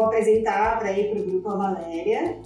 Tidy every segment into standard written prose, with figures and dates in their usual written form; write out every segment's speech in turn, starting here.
apresentar para ir para o grupo a Valéria,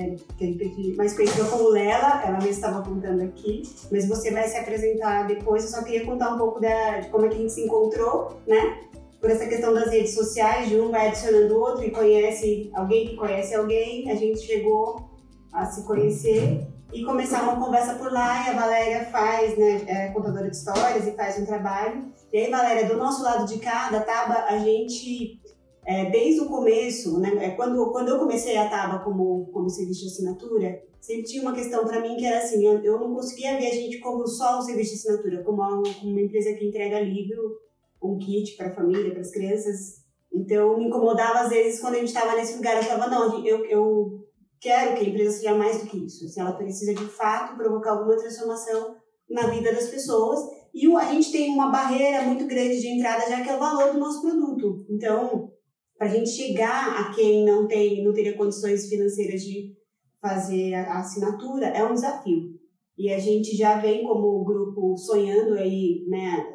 mais conhecida como Lela, ela mesmo estava contando aqui, mas você vai se apresentar depois. Eu só queria contar um pouco de como é que a gente se encontrou, né? Por essa questão das redes sociais, de um vai adicionando o outro e conhece alguém que conhece alguém, a gente chegou a se conhecer e começar uma conversa por lá, e a Valéria faz, né, é contadora de histórias e faz um trabalho. E aí, Valéria, do nosso lado de cá, da Taba, a gente, desde o começo, né, quando eu comecei a Taba como serviço de assinatura, sempre tinha uma questão para mim que era assim, eu não conseguia ver a gente como só um serviço de assinatura, como uma empresa que entrega livro, um kit para a família, para as crianças. Então, me incomodava às vezes quando a gente estava nesse lugar. Eu falava, não, eu quero que a empresa seja mais do que isso. Assim, ela precisa, de fato, provocar alguma transformação na vida das pessoas. E a gente tem uma barreira muito grande de entrada, já que é o valor do nosso produto. Então, para a gente chegar a quem não teria condições financeiras de fazer a assinatura, é um desafio. E a gente já vem como grupo sonhando aí, né,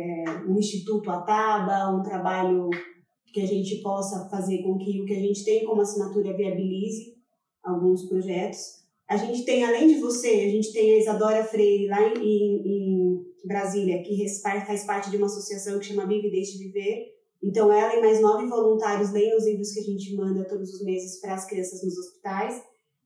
um instituto Ataba, um trabalho que a gente possa fazer com que o que a gente tem como assinatura viabilize alguns projetos. A gente tem, além de você, a gente tem a Isadora Freire lá em Brasília, que faz parte de uma associação que chama Vive e Deixe Viver. Então ela e mais 9 voluntários leem os livros que a gente manda todos os meses para as crianças nos hospitais.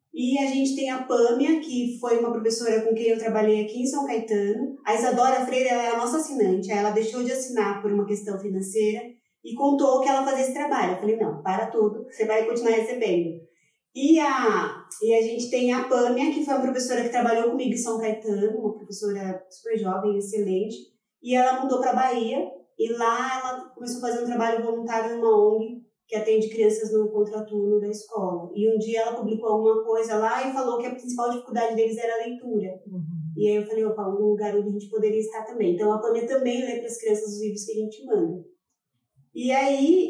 E a gente tem a Pâmia, que foi uma professora com quem eu trabalhei aqui em São Caetano. A Isadora Freire, ela é a nossa assinante. Ela deixou de assinar por uma questão financeira e contou que ela fazia esse trabalho. Eu falei, não, para tudo, você vai continuar recebendo. E a gente tem a Pâmia, que foi uma professora que trabalhou comigo em São Caetano, uma professora super jovem, excelente. E ela mudou para a Bahia e lá ela começou a fazer um trabalho voluntário numa ONG que atende crianças no contraturno da escola. E um dia ela publicou alguma coisa lá e falou que a principal dificuldade deles era a leitura. Uhum. E aí eu falei, opa, um lugar onde a gente poderia estar também. Então a Pâmia também lê para as crianças os livros que a gente manda. E aí,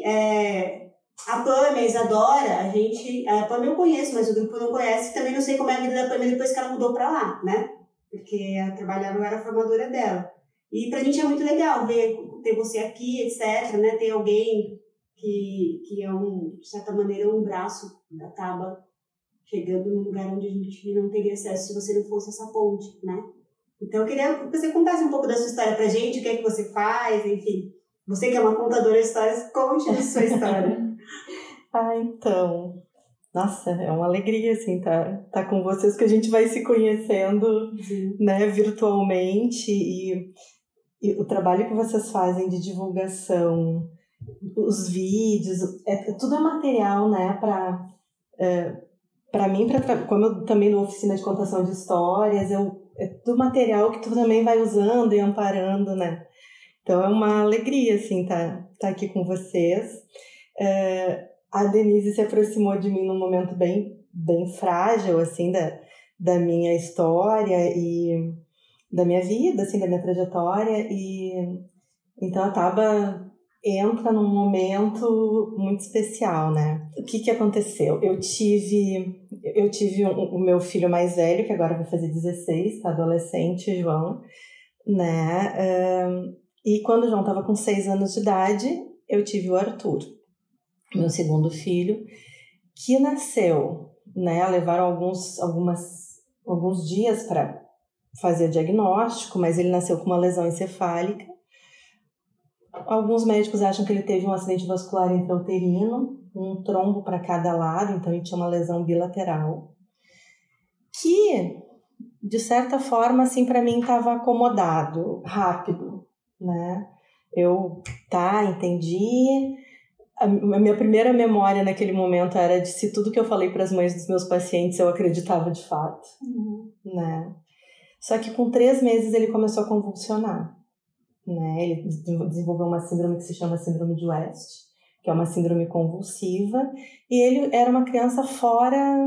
a Pâmia, a Isadora, a Pâmia eu conheço, mas o grupo não conhece. Também não sei como é a vida da Pâmia depois que ela mudou para lá, né? Porque ela trabalhava, eu era a formadora dela. E pra gente é muito legal ter você aqui, etc., né? Ter alguém que é, de certa maneira, um braço da Taba chegando num lugar onde a gente não teria acesso se você não fosse essa ponte, né? Então eu queria que você contasse um pouco da sua história pra gente, o que é que você faz, enfim. Você que é uma contadora de histórias, conte a sua história. Então, nossa, é uma alegria, assim, tá com vocês, que a gente vai se conhecendo, né, virtualmente, e o trabalho que vocês fazem de divulgação, os vídeos, tudo é material, né, para mim, como eu também dou oficina de contação de histórias, é tudo material que tu também vai usando e amparando, né. Então é uma alegria, assim, tá aqui com vocês. A Denise se aproximou de mim num momento bem, bem frágil, assim, da minha história e da minha vida, assim, da minha trajetória. E então a Taba entra num momento muito especial, né? O que aconteceu? Eu tive o meu filho mais velho, que agora vai fazer 16, tá adolescente, João, né? E quando o João estava com 6 anos de idade, eu tive o Arthur, meu segundo filho, que nasceu, né? Levaram alguns dias para fazer o diagnóstico, mas ele nasceu com uma lesão encefálica. Alguns médicos acham que ele teve um acidente vascular intrauterino, um trombo para cada lado, então ele tinha uma lesão bilateral, que, de certa forma, assim, para mim estava acomodado, rápido, né? Eu, entendi. A minha primeira memória naquele momento era de se tudo que eu falei para as mães dos meus pacientes eu acreditava de fato, né? Só que com 3 meses ele começou a convulsionar, né? Ele desenvolveu uma síndrome que se chama síndrome de West, que é uma síndrome convulsiva, e ele era uma criança fora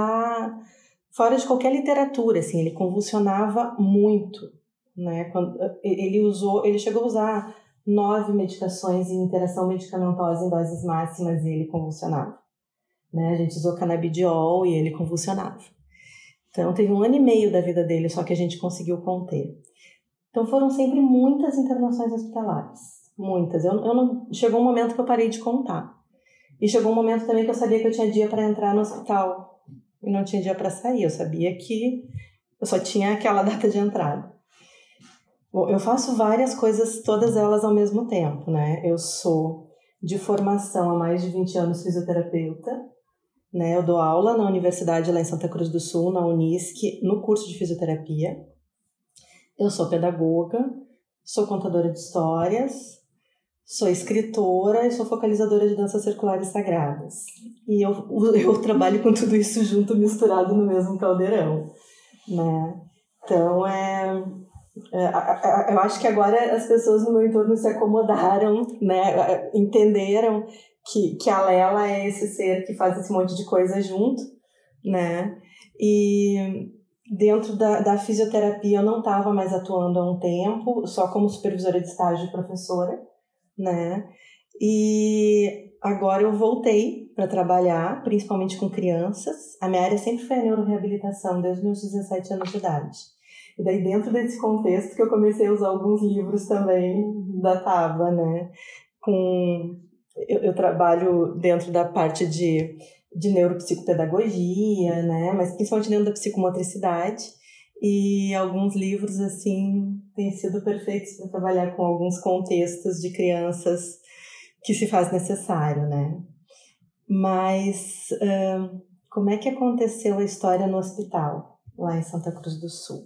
de qualquer literatura, assim, ele convulsionava muito, né? Quando ele chegou a usar 9 medicações em interação medicamentosa em doses máximas e ele convulsionava, né? A gente usou canabidiol e ele convulsionava. Então teve 1 ano e meio da vida dele só que a gente conseguiu conter. Então foram sempre muitas internações hospitalares, muitas. Chegou um momento que eu parei de contar. E chegou um momento também que eu sabia que eu tinha dia para entrar no hospital e não tinha dia para sair. Eu sabia que eu só tinha aquela data de entrada. Bom, eu faço várias coisas, todas elas ao mesmo tempo, né? Eu sou de formação há mais de 20 anos fisioterapeuta, né? Eu dou aula na universidade lá em Santa Cruz do Sul, na Unisc, no curso de fisioterapia. Eu sou pedagoga, sou contadora de histórias, sou escritora e sou focalizadora de danças circulares sagradas. E eu trabalho com tudo isso junto, misturado no mesmo caldeirão, né? Então, eu acho que agora as pessoas no meu entorno se acomodaram, né? Entenderam que a Lela é esse ser que faz esse monte de coisa junto, né? E dentro da fisioterapia eu não estava mais atuando há um tempo, só como supervisora de estágio e professora, né? E agora eu voltei para trabalhar, principalmente com crianças. A minha área sempre foi a neuroreabilitação, desde meus 17 anos de idade. E daí, dentro desse contexto, que eu comecei a usar alguns livros também da Taba, né? Eu trabalho dentro da parte de neuropsicopedagogia, né? Mas principalmente dentro da psicomotricidade. E alguns livros, assim, têm sido perfeitos para trabalhar com alguns contextos de crianças que se faz necessário, né? Mas como é que aconteceu a história no hospital, lá em Santa Cruz do Sul?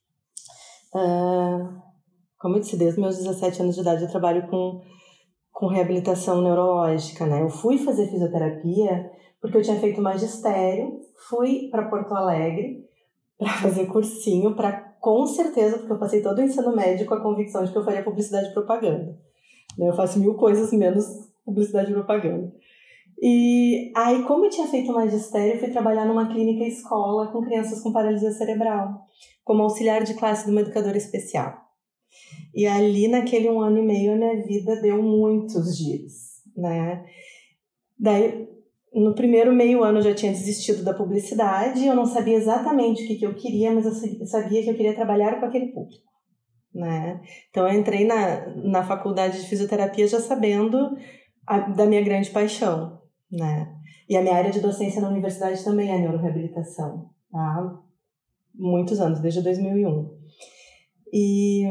Como eu disse, desde meus 17 anos de idade eu trabalho com reabilitação neurológica, né? Eu fui fazer fisioterapia porque eu tinha feito magistério, fui para Porto Alegre para fazer cursinho, com certeza, porque eu passei todo o ensino médio com a convicção de que eu faria publicidade e propaganda. Eu faço 1000 coisas menos publicidade e propaganda. E aí, como eu tinha feito magistério, eu fui trabalhar numa clínica escola com crianças com paralisia cerebral, como auxiliar de classe de uma educadora especial. E ali, naquele 1 ano e meio, a minha vida deu muitos giros, né? Daí, no primeiro meio ano, eu já tinha desistido da publicidade, eu não sabia exatamente o que eu queria, mas eu sabia que eu queria trabalhar com aquele público, né? Então, eu entrei na faculdade de fisioterapia já sabendo da minha grande paixão, né? E a minha área de docência na universidade também é neuroreabilitação, tá? Muitos anos, desde 2001. E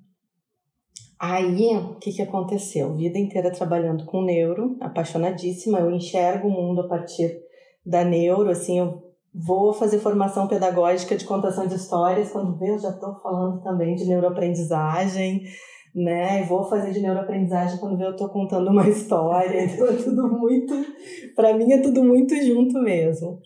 aí, o que aconteceu? Vida inteira trabalhando com neuro, apaixonadíssima, eu enxergo o mundo a partir da neuro, assim, eu vou fazer formação pedagógica de contação de histórias, quando vê, eu já estou falando também de neuroaprendizagem, né? E vou fazer de neuroaprendizagem quando vê, eu estou contando uma história, então é tudo muito, para mim é tudo muito junto mesmo.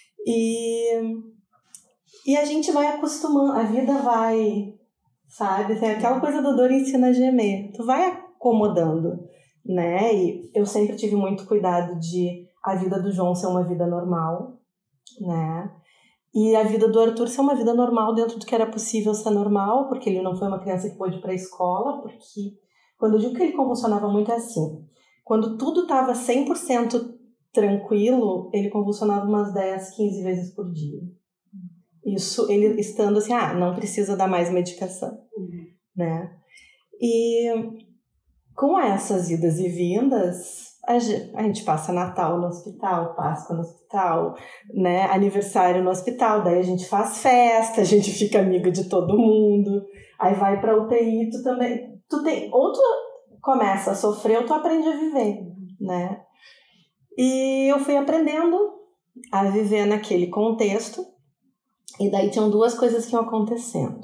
E a gente vai acostumando, a vida vai, sabe? Tem aquela coisa da dor ensina a gemer. Tu vai acomodando, né? E eu sempre tive muito cuidado de a vida do João ser uma vida normal, né? E a vida do Arthur ser uma vida normal dentro do que era possível ser normal, porque ele não foi uma criança que pôde ir para a escola, porque quando eu digo que ele convulsionava muito é assim, quando tudo estava 100% tranquilo, ele convulsionava umas 10, 15 vezes por dia. Isso ele estando assim, não precisa dar mais medicação, né? E com essas idas e vindas, a gente passa Natal no hospital, Páscoa no hospital, né? Aniversário no hospital, daí a gente faz festa, a gente fica amigo de todo mundo, aí vai pra UTI, tu também, ou tu começa a sofrer ou tu aprende a viver, né? E eu fui aprendendo a viver naquele contexto, e daí tinham 2 coisas que iam acontecendo.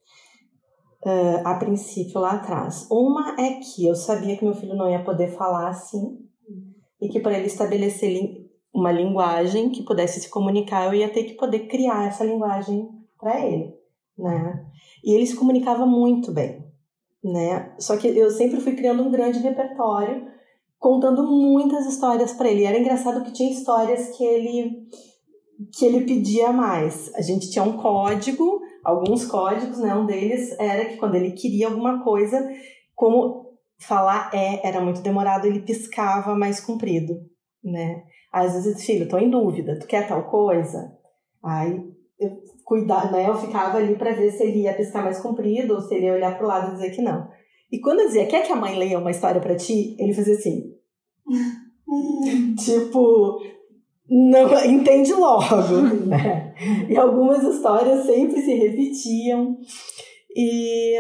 A princípio, lá atrás. Uma é que eu sabia que meu filho não ia poder falar assim, e que para ele estabelecer uma linguagem que pudesse se comunicar, eu ia ter que poder criar essa linguagem para ele, né? E ele se comunicava muito bem, né? Só que eu sempre fui criando um grande repertório, contando muitas histórias para ele. E era engraçado que tinha histórias que ele pedia mais. A gente tinha um código, alguns códigos, né? Um deles era que quando ele queria alguma coisa, como falar era muito demorado, ele piscava mais comprido, né? Às vezes, filho, tô em dúvida, tu quer tal coisa? Aí eu ficava ali para ver se ele ia piscar mais comprido ou se ele ia olhar pro lado e dizer que não. E quando eu dizia, quer que a mãe leia uma história para ti? Ele fazia assim. Tipo, não entende logo, né? E algumas histórias sempre se repetiam. E,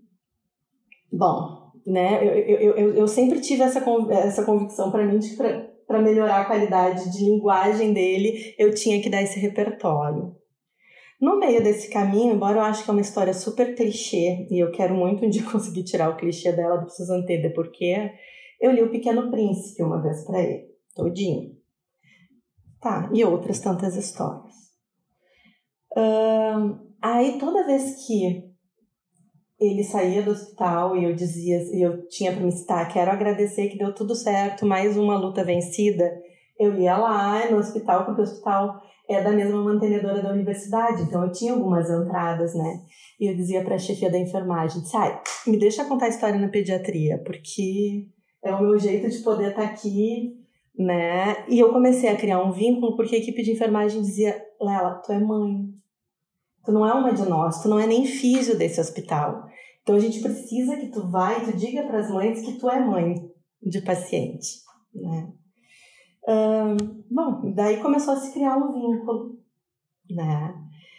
bom, né? Eu sempre tive essa convicção para mim de que para melhorar a qualidade de linguagem dele, eu tinha que dar esse repertório. No meio desse caminho, embora eu acho que é uma história super clichê, e eu quero muito um dia conseguir tirar o clichê dela, do preciso entender porquê, eu li O Pequeno Príncipe uma vez para ele, todinho. Tá, e outras tantas histórias. Aí toda vez que ele saía do hospital e eu dizia, e eu tinha para me citar, quero agradecer que deu tudo certo, mais uma luta vencida, eu ia lá no hospital, porque o hospital é da mesma mantenedora da universidade, então eu tinha algumas entradas, né? E eu dizia para a chefia da enfermagem, me deixa contar a história na pediatria, porque é o meu jeito de poder estar aqui, né? E eu comecei a criar um vínculo, porque a equipe de enfermagem dizia, Lela, tu é mãe, tu não é uma de nós, tu não é nem físio desse hospital. Então a gente precisa que tu vá e tu diga para as mães que tu é mãe de paciente, né? Bom, daí começou a se criar um vínculo, né?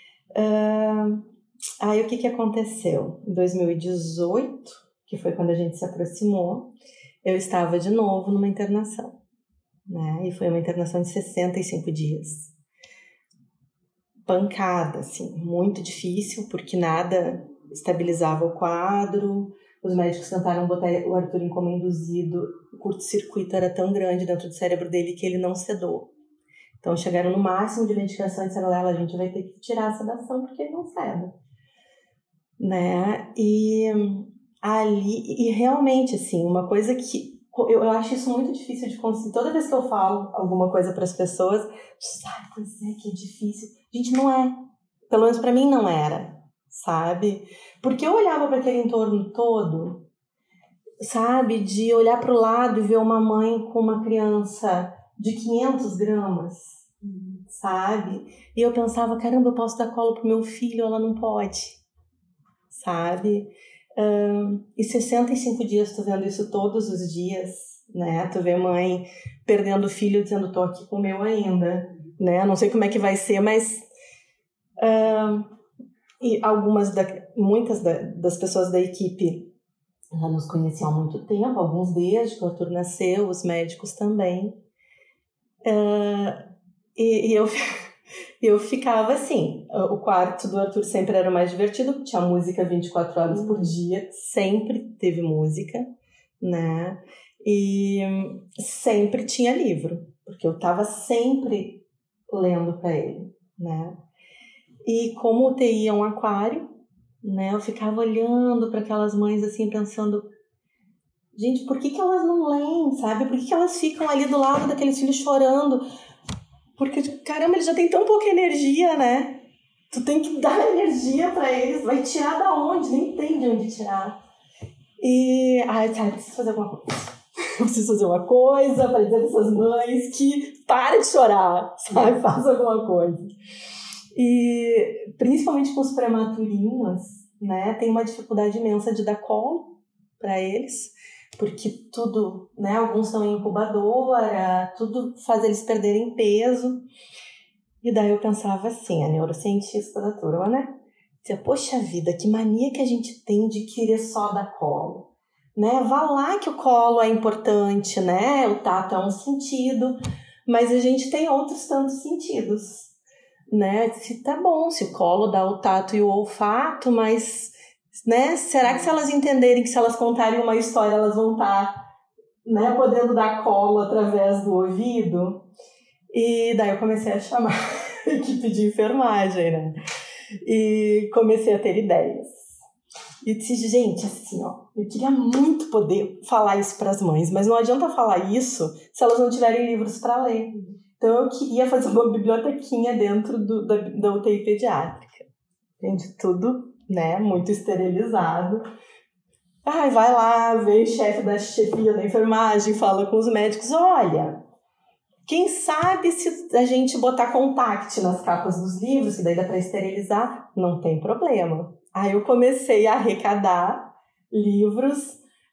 Aí o que aconteceu? Em 2018, que foi quando a gente se aproximou, eu estava de novo numa internação, né? E foi uma internação de 65 dias. Pancada, assim, muito difícil, porque nada estabilizava o quadro, os médicos tentaram botar o Arthur em coma induzido, o curto-circuito era tão grande dentro do cérebro dele que ele não sedou. Então chegaram no máximo de medicação e disseram, a gente vai ter que tirar a sedação porque ele não ceda, né? E ali, e realmente, assim, uma coisa que eu acho isso muito difícil de conseguir. Toda vez que eu falo alguma coisa para as pessoas, pois é que é difícil. Gente, não é. Pelo menos para mim não era, sabe? Porque eu olhava para aquele entorno todo, sabe? De olhar para o lado e ver uma mãe com uma criança de 500 gramas, sabe? E eu pensava, caramba, eu posso dar colo pro meu filho, ela não pode, sabe? E 65 dias tu vendo isso todos os dias, né? Tu vê mãe perdendo o filho dizendo, tô aqui com o meu ainda, né? Não sei como é que vai ser, mas e muitas das pessoas da equipe já nos conheciam há muito tempo, alguns desde que o Arthur nasceu, os médicos também. E eu ficava assim, o quarto do Arthur sempre era o mais divertido, tinha música 24 horas por dia, sempre teve música, né? E sempre tinha livro, porque eu estava sempre lendo para ele, né? E como o TI é um aquário, né? Eu ficava olhando para aquelas mães assim, pensando, gente, por que elas não leem, sabe? Por que elas ficam ali do lado daqueles filhos chorando? Porque, caramba, eles já têm tão pouca energia, né? Tu tem que dar energia pra eles. Vai tirar da onde? Nem tem de onde tirar. E, preciso fazer alguma coisa. Eu preciso fazer uma coisa pra dizer pra essas mães que para de chorar, sabe? Faz alguma coisa. E, principalmente com os prematurinhos, né? Tem uma dificuldade imensa de dar colo pra eles. Porque tudo, né, alguns estão em incubadora, tudo faz eles perderem peso. E daí eu pensava assim, a neurocientista da turma, né? Dizia, poxa vida, que mania que a gente tem de querer só dar colo, né? Vá lá que o colo é importante, né? O tato é um sentido, mas a gente tem outros tantos sentidos, né? Se tá bom, se o colo dá o tato e o olfato, mas... né? Será que se elas entenderem que se elas contarem uma história elas vão estar, né, podendo dar colo através do ouvido? E daí eu comecei a chamar a equipe de enfermagem, né? E comecei a ter ideias. E disse, gente, assim, eu queria muito poder falar isso para as mães, mas não adianta falar isso se elas não tiverem livros para ler. Então eu queria fazer uma bibliotequinha dentro da UTI pediátrica. Gente, tudo, né, muito esterilizado. Vai lá, vem o chefe da chefia da enfermagem, fala com os médicos, olha, quem sabe se a gente botar contact nas capas dos livros, que daí dá para esterilizar, não tem problema. Aí eu comecei a arrecadar livros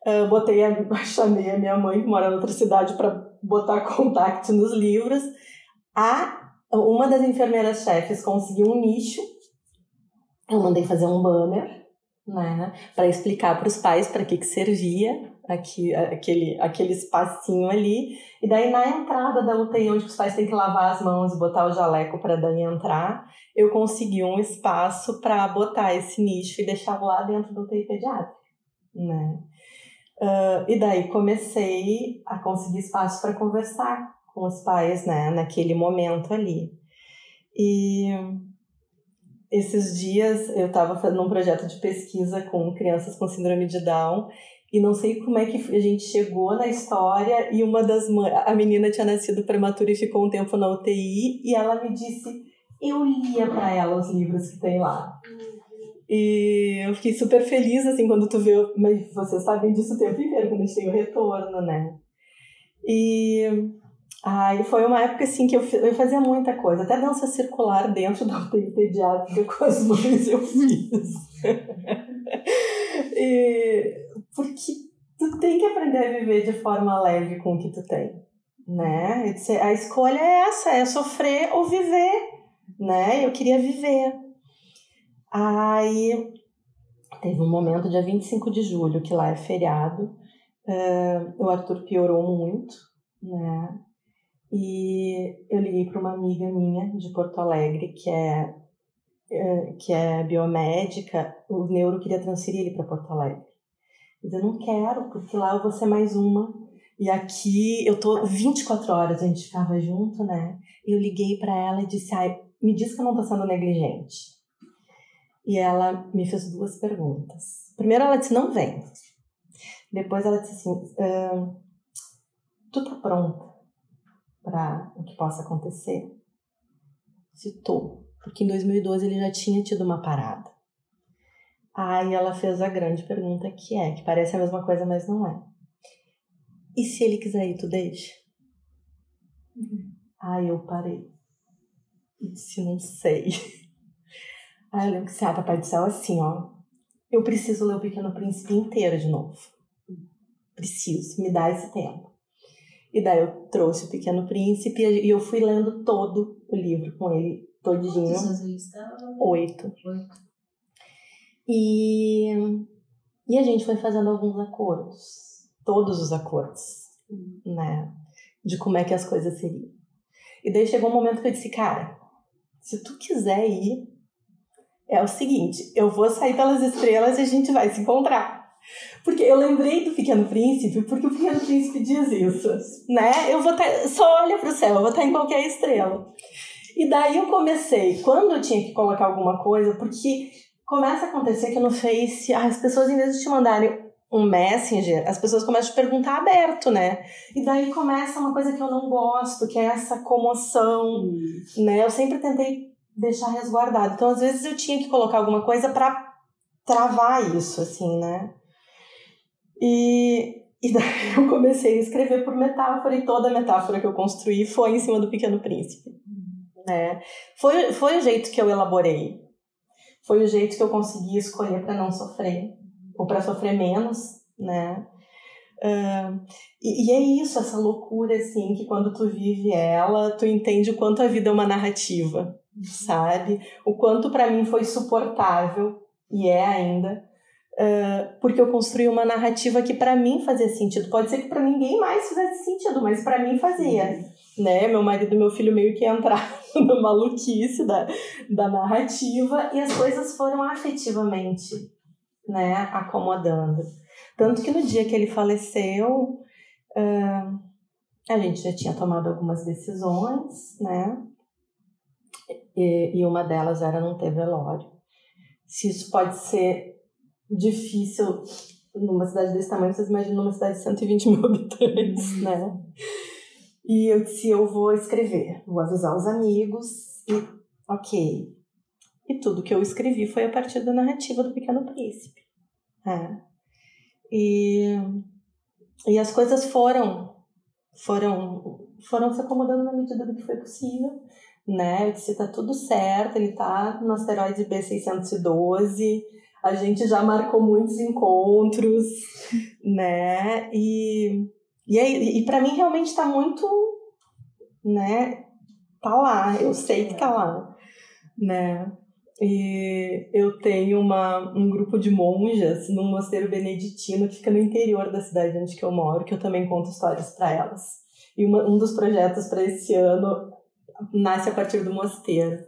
Chamei a minha mãe, que mora em outra cidade, para botar contato nos livros. Uma das enfermeiras-chefes conseguiu um nicho. Eu mandei fazer um banner, né, para explicar para os pais para que servia aquele espacinho ali. E daí, na entrada da UTI, onde os pais têm que lavar as mãos e botar o jaleco para daí entrar, eu consegui um espaço para botar esse nicho e deixar lá dentro da UTI pediátrica, né. E daí comecei a conseguir espaço para conversar com os pais, né, naquele momento ali. E esses dias eu estava fazendo um projeto de pesquisa com crianças com síndrome de Down e não sei como é que a gente chegou na história e a menina tinha nascido prematura e ficou um tempo na UTI e ela me disse, eu lia para ela os livros que tem lá. E eu fiquei super feliz, assim, quando tu vê, mas vocês sabem disso o tempo inteiro, quando a gente tem o retorno, né? E foi uma época, assim, que eu fazia muita coisa, até dança circular dentro da UTI pediátrica com as mães eu fiz. Porque tu tem que aprender a viver de forma leve com o que tu tem, né? A escolha é essa, é sofrer ou viver, né? Eu queria viver. Aí teve um momento, dia 25 de julho, que lá é feriado, o Arthur piorou muito, né? E eu liguei para uma amiga minha de Porto Alegre, que é biomédica. O neuro queria transferir ele para Porto Alegre. Eu disse, eu não quero, porque lá eu vou ser mais uma. E aqui eu tô 24 horas, a gente ficava junto, né? E eu liguei para ela e disse, me diz que eu não tô sendo negligente. E ela me fez 2 perguntas. Primeiro ela disse, não vem. Depois ela disse assim, tu tá pronta para o que possa acontecer? Se tô, porque em 2012 ele já tinha tido uma parada. Aí ela fez a grande pergunta que parece a mesma coisa, mas não é. E se ele quiser ir, tu deixa? Aí eu parei e disse, não sei. Aí eu lembro que papai do céu, assim, eu preciso ler O Pequeno Príncipe inteiro de novo. Preciso, me dá esse tempo. E daí eu trouxe O Pequeno Príncipe e eu fui lendo todo o livro com ele, todinho. Quantos anos está? 8. E a gente foi fazendo alguns acordos. Todos os acordos, né? De como é que as coisas seriam. E daí chegou um momento que eu disse, cara, se tu quiser ir, é o seguinte, eu vou sair pelas estrelas e a gente vai se encontrar. Porque eu lembrei do Pequeno Príncipe, porque o Pequeno Príncipe diz isso, né? Eu vou só olha pro céu, eu vou estar em qualquer estrela. E daí eu comecei, quando eu tinha que colocar alguma coisa, porque começa a acontecer que no Face, as pessoas, em vez de te mandarem um Messenger, as pessoas começam a te perguntar aberto, né? E daí começa uma coisa que eu não gosto, que é essa comoção, né? Eu sempre tentei deixar resguardado. Então, às vezes, eu tinha que colocar alguma coisa pra travar isso, assim, né? E daí eu comecei a escrever por metáfora, e toda a metáfora que eu construí foi em cima do Pequeno Príncipe, né? Foi o jeito que eu elaborei, foi o jeito que eu consegui escolher para não sofrer, ou para sofrer menos, né? E é isso, essa loucura, assim, que quando tu vive ela, tu entende o quanto a vida é uma narrativa, sabe? O quanto para mim foi suportável, e é ainda, porque eu construí uma narrativa que para mim fazia sentido. Pode ser que para ninguém mais fizesse sentido, mas para mim fazia, né? Meu marido e meu filho meio que entraram na maluquice da narrativa, e as coisas foram afetivamente, né, acomodando. Tanto que no dia que ele faleceu, a gente já tinha tomado algumas decisões, né? E uma delas era não ter velório. Se isso pode ser difícil numa cidade desse tamanho, vocês imaginam uma cidade de 120 mil habitantes, né? E eu disse, eu vou escrever, vou avisar os amigos, e ok. E tudo que eu escrevi foi a partir da narrativa do Pequeno Príncipe. E as coisas foram se acomodando na medida do que foi possível, né? Eu disse, tá tudo certo, ele tá no asteroide B612, A gente já marcou muitos encontros, né? E para mim realmente tá muito, né? Tá lá, eu sei que tá lá, né? E eu tenho um grupo de monjas num mosteiro beneditino que fica no interior da cidade onde que eu moro, que eu também conto histórias para elas. E um dos projetos para esse ano nasce a partir do mosteiro.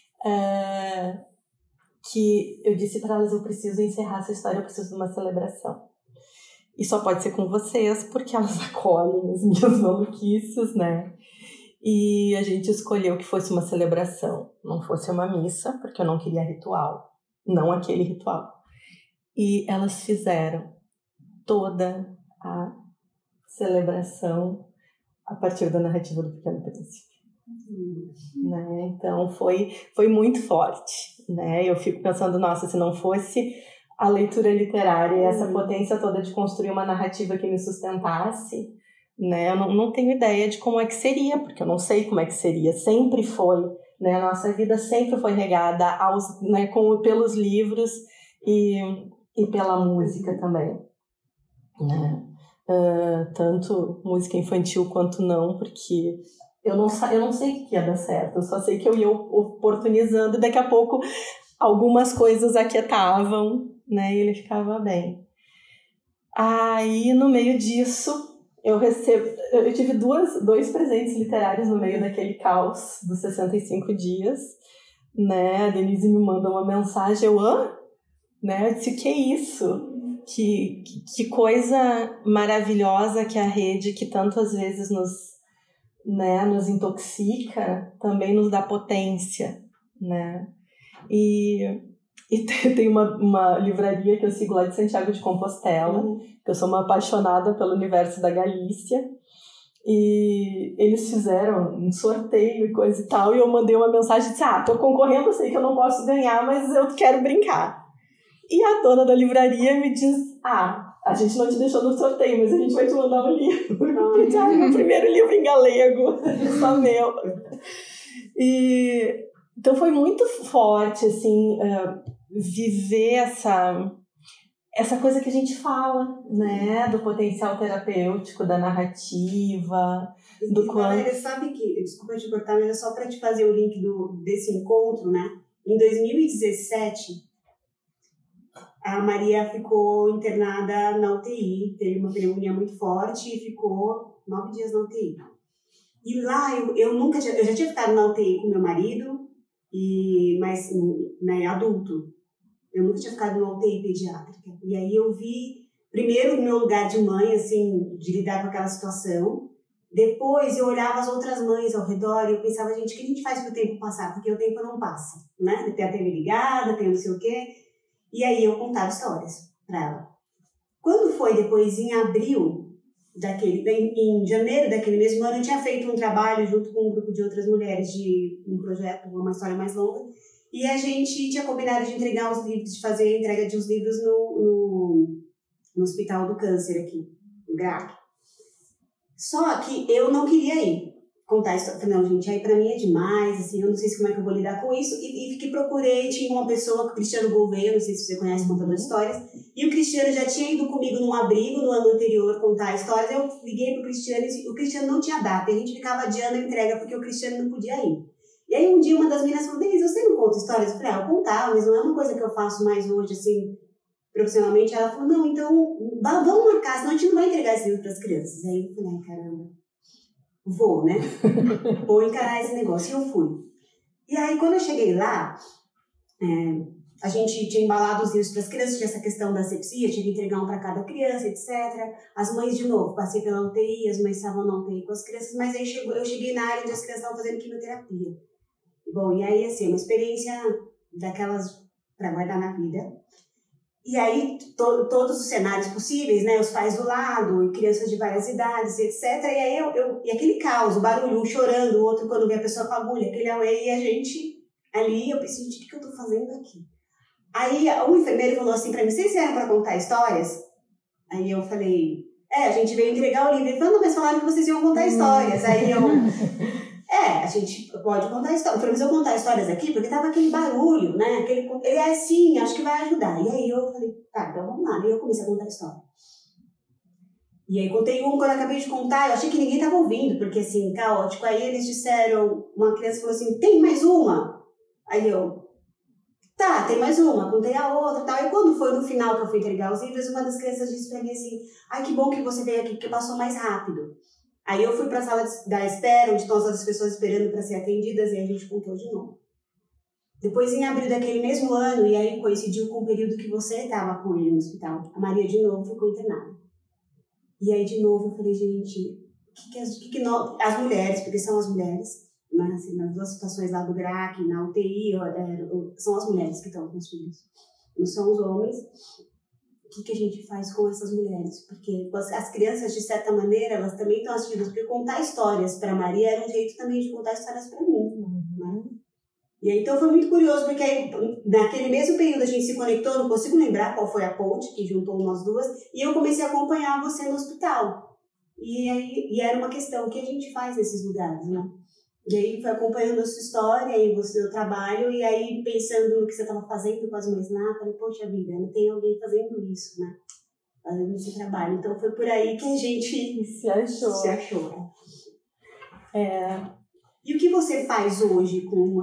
Que eu disse para elas, eu preciso encerrar essa história, eu preciso de uma celebração. E só pode ser com vocês, porque elas acolhem as minhas maluquices, né? E a gente escolheu que fosse uma celebração, não fosse uma missa, porque eu não queria ritual, não aquele ritual. E elas fizeram toda a celebração a partir da narrativa do Pequeno Príncipe. Né? Então foi muito forte, né? Eu fico pensando, nossa, se não fosse a leitura literária e essa potência toda de construir uma narrativa que me sustentasse, né? Eu não tenho ideia de como é que seria, porque eu não sei como é que seria. Sempre foi, né? A nossa vida sempre foi regada né, pelos livros e pela música também, né? Tanto música infantil quanto não, porque eu não sei o que ia dar certo, eu só sei que eu ia oportunizando e daqui a pouco algumas coisas aquietavam, né? E ele ficava bem. Aí, no meio disso, eu tive dois presentes literários no meio daquele caos dos 65 dias, né? A Denise me manda uma mensagem, né? Eu disse, que é isso? Que coisa maravilhosa que a rede, que tantas vezes nos intoxica, também nos dá potência, né? E tem uma livraria que eu sigo lá de Santiago de Compostela, que eu sou uma apaixonada pelo universo da Galícia, e eles fizeram um sorteio e coisa e tal, e eu mandei uma mensagem e disse, tô concorrendo, eu sei que eu não posso ganhar, mas eu quero brincar. E a dona da livraria me diz, a gente não te deixou no sorteio, mas a gente vai te mandar um livro. Meu primeiro livro em galego, só meu. Então foi muito forte, assim, viver essa coisa que a gente fala, né? Do potencial terapêutico, da narrativa, do quanto... Valéria, sabe que, desculpa te cortar, mas é só para te fazer o link desse encontro, né? Em 2017, a Maria ficou internada na UTI, teve uma pneumonia muito forte e ficou 9 dias na UTI. E lá eu já tinha ficado na UTI com meu marido, mas né, adulto. Eu nunca tinha ficado numa UTI pediátrica. E aí eu vi, primeiro, o meu lugar de mãe, assim, de lidar com aquela situação. Depois eu olhava as outras mães ao redor e eu pensava, gente, o que a gente faz pro tempo passar? Porque o tempo não passa, né? Tem a TV ligada, tem não sei o quê. E aí eu contava histórias para ela. Quando foi depois, em abril, em janeiro daquele mesmo ano, eu tinha feito um trabalho junto com um grupo de outras mulheres de um projeto, uma história mais longa, e a gente tinha combinado de entregar os livros, de fazer a entrega de uns livros no Hospital do Câncer aqui, no GRAC. Só que eu não queria ir contar a história. Falei, não, gente, aí pra mim é demais, assim, eu não sei como é que eu vou lidar com isso. E que procurei, tinha uma pessoa, o Cristiano Gouveia, não sei se você conhece, contador de histórias, e o Cristiano já tinha ido comigo num abrigo no ano anterior contar histórias. Eu liguei pro Cristiano e o Cristiano não tinha data, e a gente ficava adiando a entrega porque o Cristiano não podia ir. E aí um dia uma das meninas falou, Denise, você não conta histórias? Eu falei, eu contava, mas não é uma coisa que eu faço mais hoje, assim, profissionalmente. Ela falou, não, então vamos marcar, senão a gente não vai entregar esse livro pras crianças. Aí eu falei, caramba, vou, né? Vou encarar esse negócio. E eu fui. E aí, quando eu cheguei lá, a gente tinha embalado os livros para as crianças, tinha essa questão da asepsia, tinha que entregar um para cada criança, etc. As mães, de novo, passei pela UTI, as mães estavam na UTI com as crianças, mas aí eu cheguei na área onde as crianças estavam fazendo quimioterapia. Bom, e aí, assim, uma experiência daquelas para guardar na vida. E aí, todos os cenários possíveis, né? Os pais do lado, e crianças de várias idades, etc. E aí, e aquele caos, o barulho, um chorando, o outro quando vê a pessoa com a agulha, aquele auê, e a gente ali, eu pensei, gente, o que eu tô fazendo aqui? Aí, um enfermeiro falou assim pra mim, vocês vieram pra contar histórias? Aí eu falei, a gente veio entregar o livro. Ele falou, não, mas falaram que vocês iam contar histórias. Aí eu... gente pode contar histórias. Eu falei, mas eu contar histórias aqui porque tava aquele barulho, né? Ele é assim, acho que vai ajudar. E aí eu falei, tá, então vamos lá. E eu comecei a contar a história. E aí contei quando eu acabei de contar, eu achei que ninguém tava ouvindo, porque assim, caótico. Aí eles disseram, uma criança falou assim, tem mais uma? Aí eu, tá, tem mais uma. Contei a outra e tal. E quando foi no final que eu fui entregar os livros, uma das crianças disse pra mim assim, ai, que bom que você veio aqui, porque passou mais rápido. Aí eu fui pra sala da espera, onde estão as outras pessoas esperando para ser atendidas, e a gente contou de novo. Depois, em abril daquele mesmo ano, e aí coincidiu com o período que você estava com ele no hospital, a Maria de novo ficou internada. E aí, de novo, eu falei, gente, as mulheres, porque são as mulheres, mas, assim, nas duas situações lá do GRAC, na UTI, são as mulheres que estão com os filhos, não são os homens. O que a gente faz com essas mulheres? Porque as crianças, de certa maneira, elas também estão assistidas, porque contar histórias para a Maria era um jeito também de contar histórias para mim, né? E aí, então foi muito curioso, porque aí, naquele mesmo período a gente se conectou, não consigo lembrar qual foi a ponte que juntou nós duas, e eu comecei a acompanhar você no hospital. E era uma questão, o que a gente faz nesses lugares, né? E aí foi acompanhando a sua história e o seu trabalho, e aí pensando no que você estava fazendo com as mães lá, falei, poxa vida, não tem alguém fazendo isso, né? Fazendo esse trabalho. Então foi por aí que a gente se achou. E o que você faz hoje com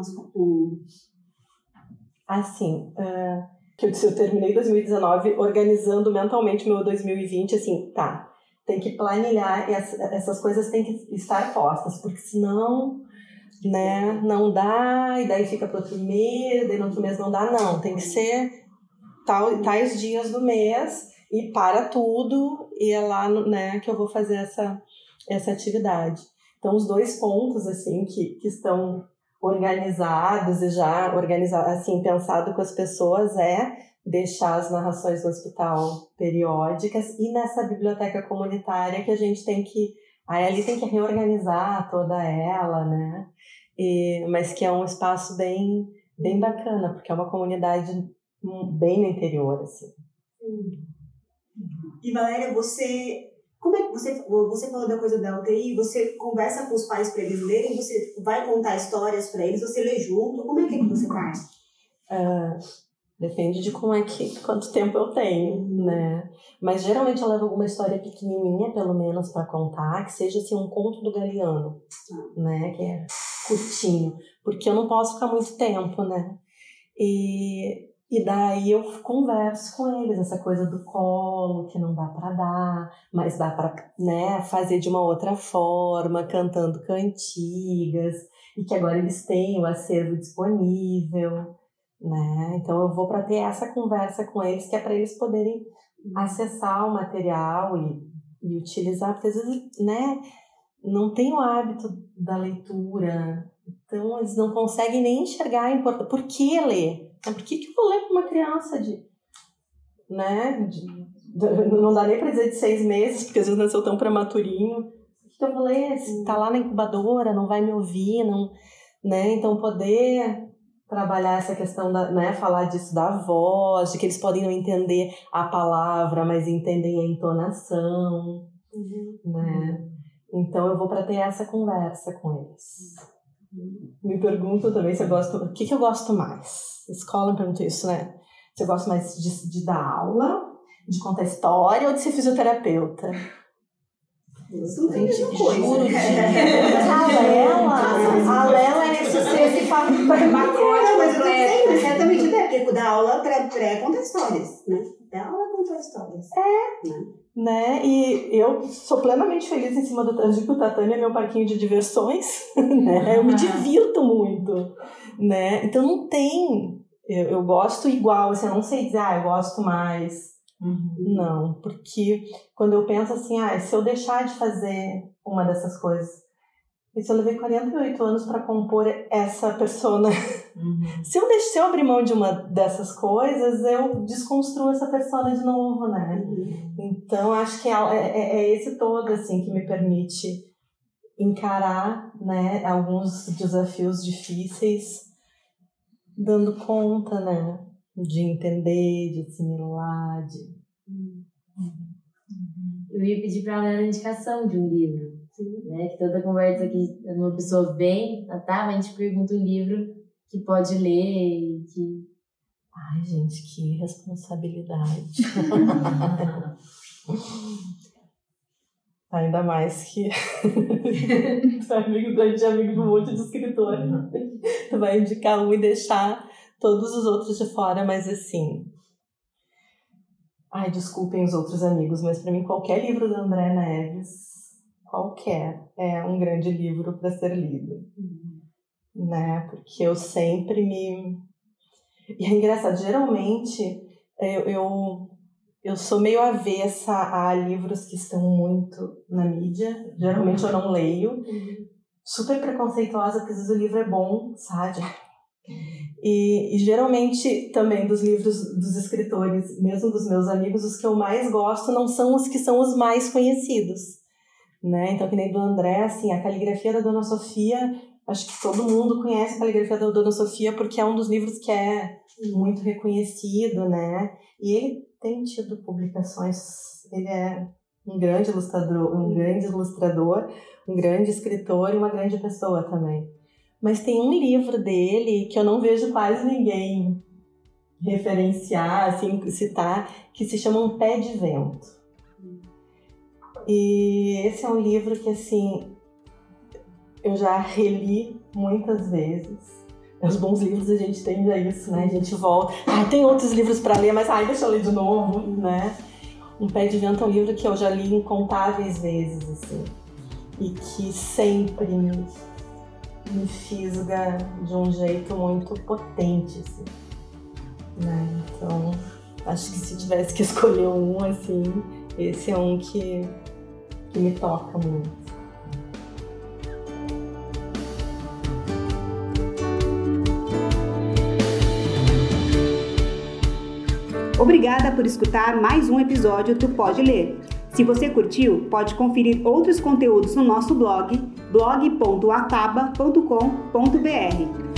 Assim, que eu terminei 2019 organizando mentalmente meu 2020, assim, tá, tem que planilhar, essas coisas têm que estar postas, porque senão, né, não dá, e daí fica pro outro mês, daí no outro mês não dá, não, tem que ser tais dias do mês, e para tudo, e é lá, né, que eu vou fazer essa atividade. Então, os 2 pontos, assim, que estão organizados e já assim, pensado com as pessoas é deixar as narrações do hospital periódicas e nessa biblioteca comunitária que a gente tem que... Aí ali tem que reorganizar toda ela, né? Mas que é um espaço bem, bem bacana, porque é uma comunidade bem no interior, assim. E Valéria, como é que você falou da coisa da UTI, você conversa com os pais para eles lerem, você vai contar histórias para eles, você lê junto, como é que você faz? Depende de quanto tempo eu tenho, né? Mas geralmente eu levo alguma história pequenininha, pelo menos, para contar, que seja assim um conto do Galeano, né? Que é curtinho, porque eu não posso ficar muito tempo, né? E daí eu converso com eles, essa coisa do colo, que não dá para dar, mas dá para, né, fazer de uma outra forma, cantando cantigas, e que agora eles têm o acervo disponível, né? Então eu vou para ter essa conversa com eles, que é para eles poderem acessar o material e utilizar, porque às vezes, né, não tem o hábito da leitura, então eles não conseguem nem enxergar a importância. Por que ler? Por que eu vou ler para uma criança não dá nem para dizer de 6 meses, porque às vezes nasceu tão prematurinho. Por que eu vou ler? Se tá lá na incubadora, não vai me ouvir, não, né? Então poder trabalhar essa questão né, falar disso da voz, de que eles podem não entender a palavra, mas entendem a entonação, né? Então eu vou para ter essa conversa com eles. Me perguntam também se eu gosto... O que eu gosto mais? A escola me pergunta isso, né? Se eu gosto mais de dar aula, de contar história ou de ser fisioterapeuta? Isso tem a mesma coisa. A Lela é esse ser que fala... Mas eu tô dizendo exatamente, né? Porque dar aula conta histórias, né? Dar aula conta histórias. Né? E eu sou plenamente feliz em cima do Tangico. O tatame é meu parquinho de diversões, né? Eu me divirto muito, né? Então não tem... Eu gosto igual, assim, eu não sei dizer, eu gosto mais. Não, porque quando eu penso assim, se eu deixar de fazer uma dessas coisas, e se eu levei 48 anos para compor essa persona, se eu abrir mão de uma dessas coisas, eu desconstruo essa persona de novo, né? Então acho que é esse todo assim que me permite encarar, né, alguns desafios difíceis, dando conta, né, de entender, de assimilar, Eu ia pedir para ela a indicação de um livro. Né? Que toda conversa que uma pessoa vem, a gente pergunta um livro que pode ler e que... Ai, gente, que responsabilidade. Ainda mais que tu é amigo de um monte de escritor. Tu vai indicar um e deixar todos os outros de fora, mas assim... Ai, desculpem os outros amigos, mas para mim qualquer livro do André Neves, qualquer, é um grande livro para ser lido. Né? Porque eu sempre me... E é engraçado, geralmente eu sou meio avessa a livros que estão muito na mídia. Geralmente eu não leio. Super preconceituosa, porque às vezes o livro é bom, sabe? E geralmente também dos livros dos escritores, mesmo dos meus amigos, os que eu mais gosto não são os que são os mais conhecidos. Né? Então, que nem do André, assim, a Caligrafia da Dona Sofia, acho que todo mundo conhece a Caligrafia da Dona Sofia porque é um dos livros que é muito reconhecido, né? E ele tem tido publicações, ele é um grande ilustrador, um grande escritor e uma grande pessoa também. Mas tem um livro dele que eu não vejo quase ninguém referenciar, assim, citar, que se chama Um Pé de Vento. E esse é um livro que, assim, eu já reli muitas vezes. Os bons livros a gente tende a isso, né? A gente volta. Tem outros livros para ler, mas deixa eu ler de novo, né? Um Pé de Vento é um livro que eu já li incontáveis vezes, assim. E que sempre me fisga de um jeito muito potente, assim. Né? Então, acho que se tivesse que escolher um, assim, esse é um que me toca muito. Obrigada por escutar mais um episódio do Pode Ler. Se você curtiu, pode conferir outros conteúdos no nosso blog, blog.ataba.com.br.